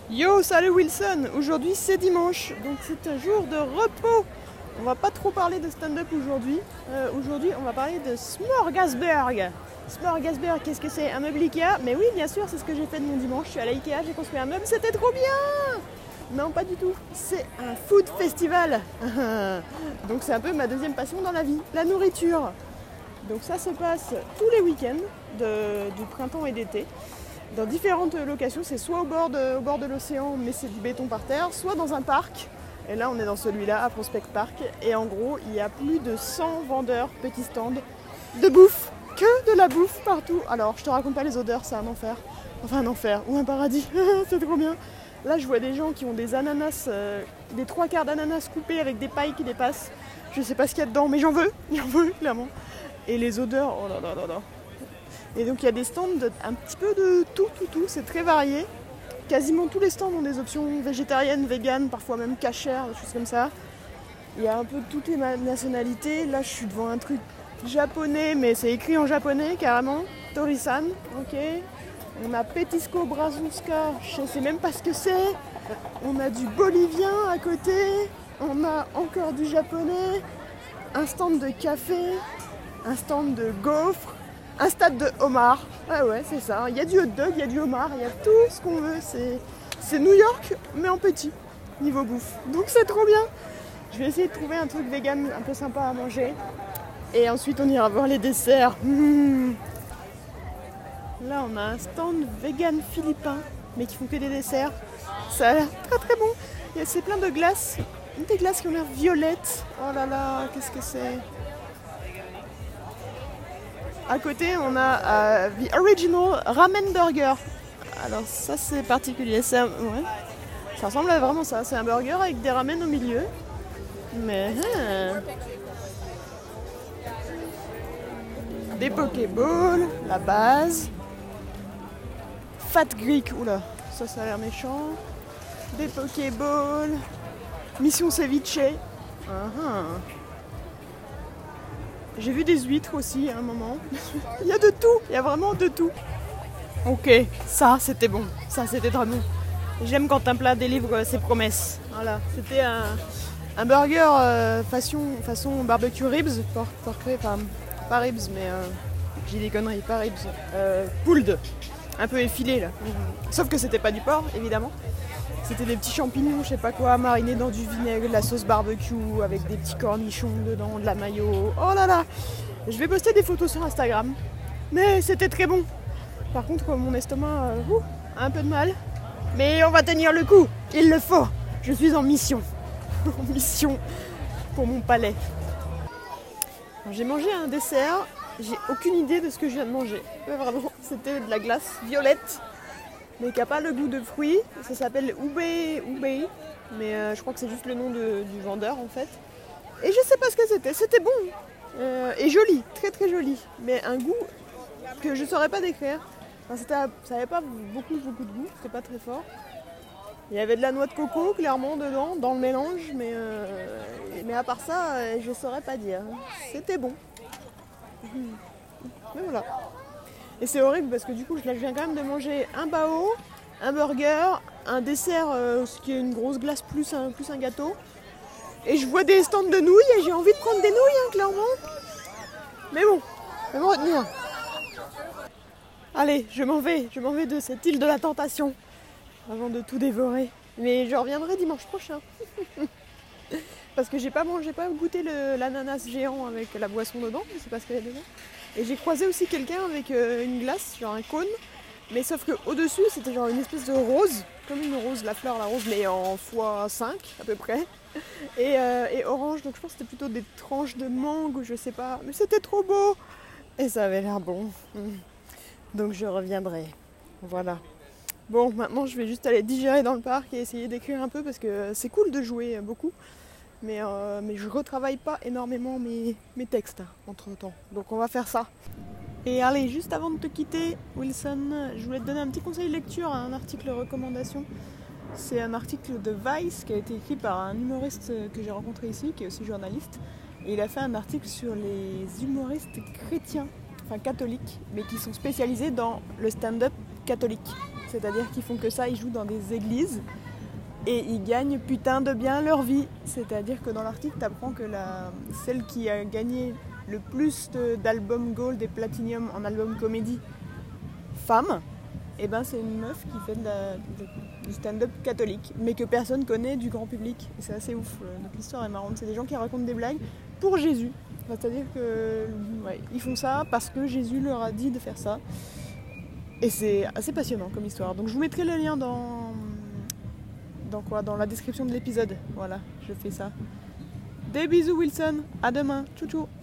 Yo, salut Wilson. Aujourd'hui c'est dimanche, donc c'est un jour de repos. On va pas trop parler de stand-up aujourd'hui. Aujourd'hui on va parler de Smorgasburg. Smorgasburg, qu'est-ce que c'est? Un meuble Ikea? Mais oui, bien sûr, c'est ce que j'ai fait de mon dimanche. Je suis allée à Ikea, j'ai construit un meuble, c'était trop bien. Non, pas du tout. C'est un food festival. Donc c'est un peu ma deuxième passion dans la vie, la nourriture. Donc ça se passe tous les week-ends du printemps et d'été. Dans différentes locations, c'est soit au bord de l'océan, mais c'est du béton par terre, soit dans un parc. Et là, on est dans celui-là, à Prospect Park. Et en gros, il y a plus de 100 vendeurs, petits stands, de bouffe. Que de la bouffe partout. Alors, je te raconte pas les odeurs, c'est un enfer. Enfin, un enfer, ou un paradis. C'est trop bien. Là, je vois des gens qui ont des ananas, des 3/4 d'ananas coupés avec des pailles qui dépassent. Je sais pas ce qu'il y a dedans, mais j'en veux, clairement. Et les odeurs, oh là là là là. Et donc il y a des stands un petit peu de tout, c'est très varié. Quasiment tous les stands ont des options végétariennes, véganes, parfois même cachères, des choses comme ça. Il y a un peu toutes les nationalités. Là je suis devant un truc japonais, mais c'est écrit en japonais carrément. Torisan, ok. On a Petisco Brazuska, je sais même pas ce que c'est. On a du bolivien à côté. On a encore du japonais. Un stand de café. Un stand de gaufres. Un stade de homard. Ah ouais, c'est ça. Il y a du hot dog, il y a du homard, il y a tout ce qu'on veut. C'est New York, mais en petit, niveau bouffe. Donc c'est trop bien. Je vais essayer de trouver un truc vegan un peu sympa à manger. Et ensuite, on ira voir les desserts. Là, on a un stand vegan philippin, mais qui font que des desserts. Ça a l'air très très bon. C'est plein de glaces. Des glaces qui ont l'air violettes. Oh là là, qu'est-ce que c'est? À côté, on a The Original Ramen Burger. Alors ça, c'est particulier. Ça ressemble à vraiment ça. C'est un burger avec des ramen au milieu. Mais... Des Pokéballs, la base. Fat Greek, oula, ça a l'air méchant. Des Pokéballs. Mission Ceviche. J'ai vu des huîtres aussi à un moment. Il y a de tout, il y a vraiment de tout. Ok, ça c'était bon, ça c'était très bon. J'aime quand un plat délivre ses promesses. Voilà, c'était un burger façon barbecue ribs, enfin pas ribs mais j'ai des conneries, pas ribs, pulled, un peu effilé là. Sauf que c'était pas du porc évidemment. C'était des petits champignons, je sais pas quoi, marinés dans du vinaigre, de la sauce barbecue avec des petits cornichons dedans, de la mayo. Oh là là! Je vais poster des photos sur Instagram. Mais c'était très bon. Par contre, mon estomac a un peu de mal. Mais on va tenir le coup. Il le faut. Je suis en mission. En mission pour mon palais. Alors, j'ai mangé un dessert. J'ai aucune idée de ce que je viens de manger. Mais vraiment, c'était de la glace violette. Mais qui n'a pas le goût de fruits. Ça s'appelle Ube. Mais je crois que c'est juste le nom du vendeur en fait. Et je sais pas ce que c'était. C'était bon. Et joli. Très très joli. Mais un goût que je saurais pas décrire. Enfin, ça n'avait pas beaucoup de goût. C'était pas très fort. Il y avait de la noix de coco clairement dedans, dans le mélange. Mais à part ça, je saurais pas dire. C'était bon. Mais voilà. Et c'est horrible parce que du coup, je viens quand même de manger un bao, un burger, un dessert, ce qui est une grosse glace plus un gâteau. Et je vois des stands de nouilles et j'ai envie de prendre des nouilles, clairement. Mais bon, je vais me retenir. Allez, je m'en vais de cette île de la tentation avant de tout dévorer. Mais je reviendrai dimanche prochain. Parce que j'ai pas goûté l'ananas géant avec la boisson dedans, je sais pas ce qu'il y a dedans. Et j'ai croisé aussi quelqu'un avec une glace, genre un cône, mais sauf que au-dessus c'était genre une espèce de rose, comme une rose, la fleur, la rose, mais en x5 à peu près, et orange, donc je pense que c'était plutôt des tranches de mangue ou je sais pas, mais c'était trop beau et ça avait l'air bon. Donc je reviendrai, voilà. Bon, maintenant je vais juste aller digérer dans le parc et essayer d'écrire un peu parce que c'est cool de jouer beaucoup. Mais je retravaille pas énormément mes textes entre temps. Donc on va faire ça. Et allez, juste avant de te quitter, Wilson, je voulais te donner un petit conseil de lecture, un article recommandation. C'est un article de Vice qui a été écrit par un humoriste que j'ai rencontré ici, qui est aussi journaliste. Et il a fait un article sur les humoristes chrétiens, enfin catholiques, mais qui sont spécialisés dans le stand-up catholique. C'est-à-dire qu'ils font que ça, ils jouent dans des églises et ils gagnent putain de bien leur vie. C'est-à-dire que dans l'article, tu apprends que celle qui a gagné le plus d'albums gold et platinum en album comédie femme, et ben c'est une meuf qui fait du stand-up catholique, mais que personne connaît du grand public. Et c'est assez ouf. Donc l'histoire est marrante. C'est des gens qui racontent des blagues pour Jésus. C'est-à-dire que ils font ça parce que Jésus leur a dit de faire ça. Et c'est assez passionnant comme histoire. Donc je vous mettrai le lien dans la description de l'épisode. Voilà, je fais ça. Des bisous Wilson, à demain, tchou tchou.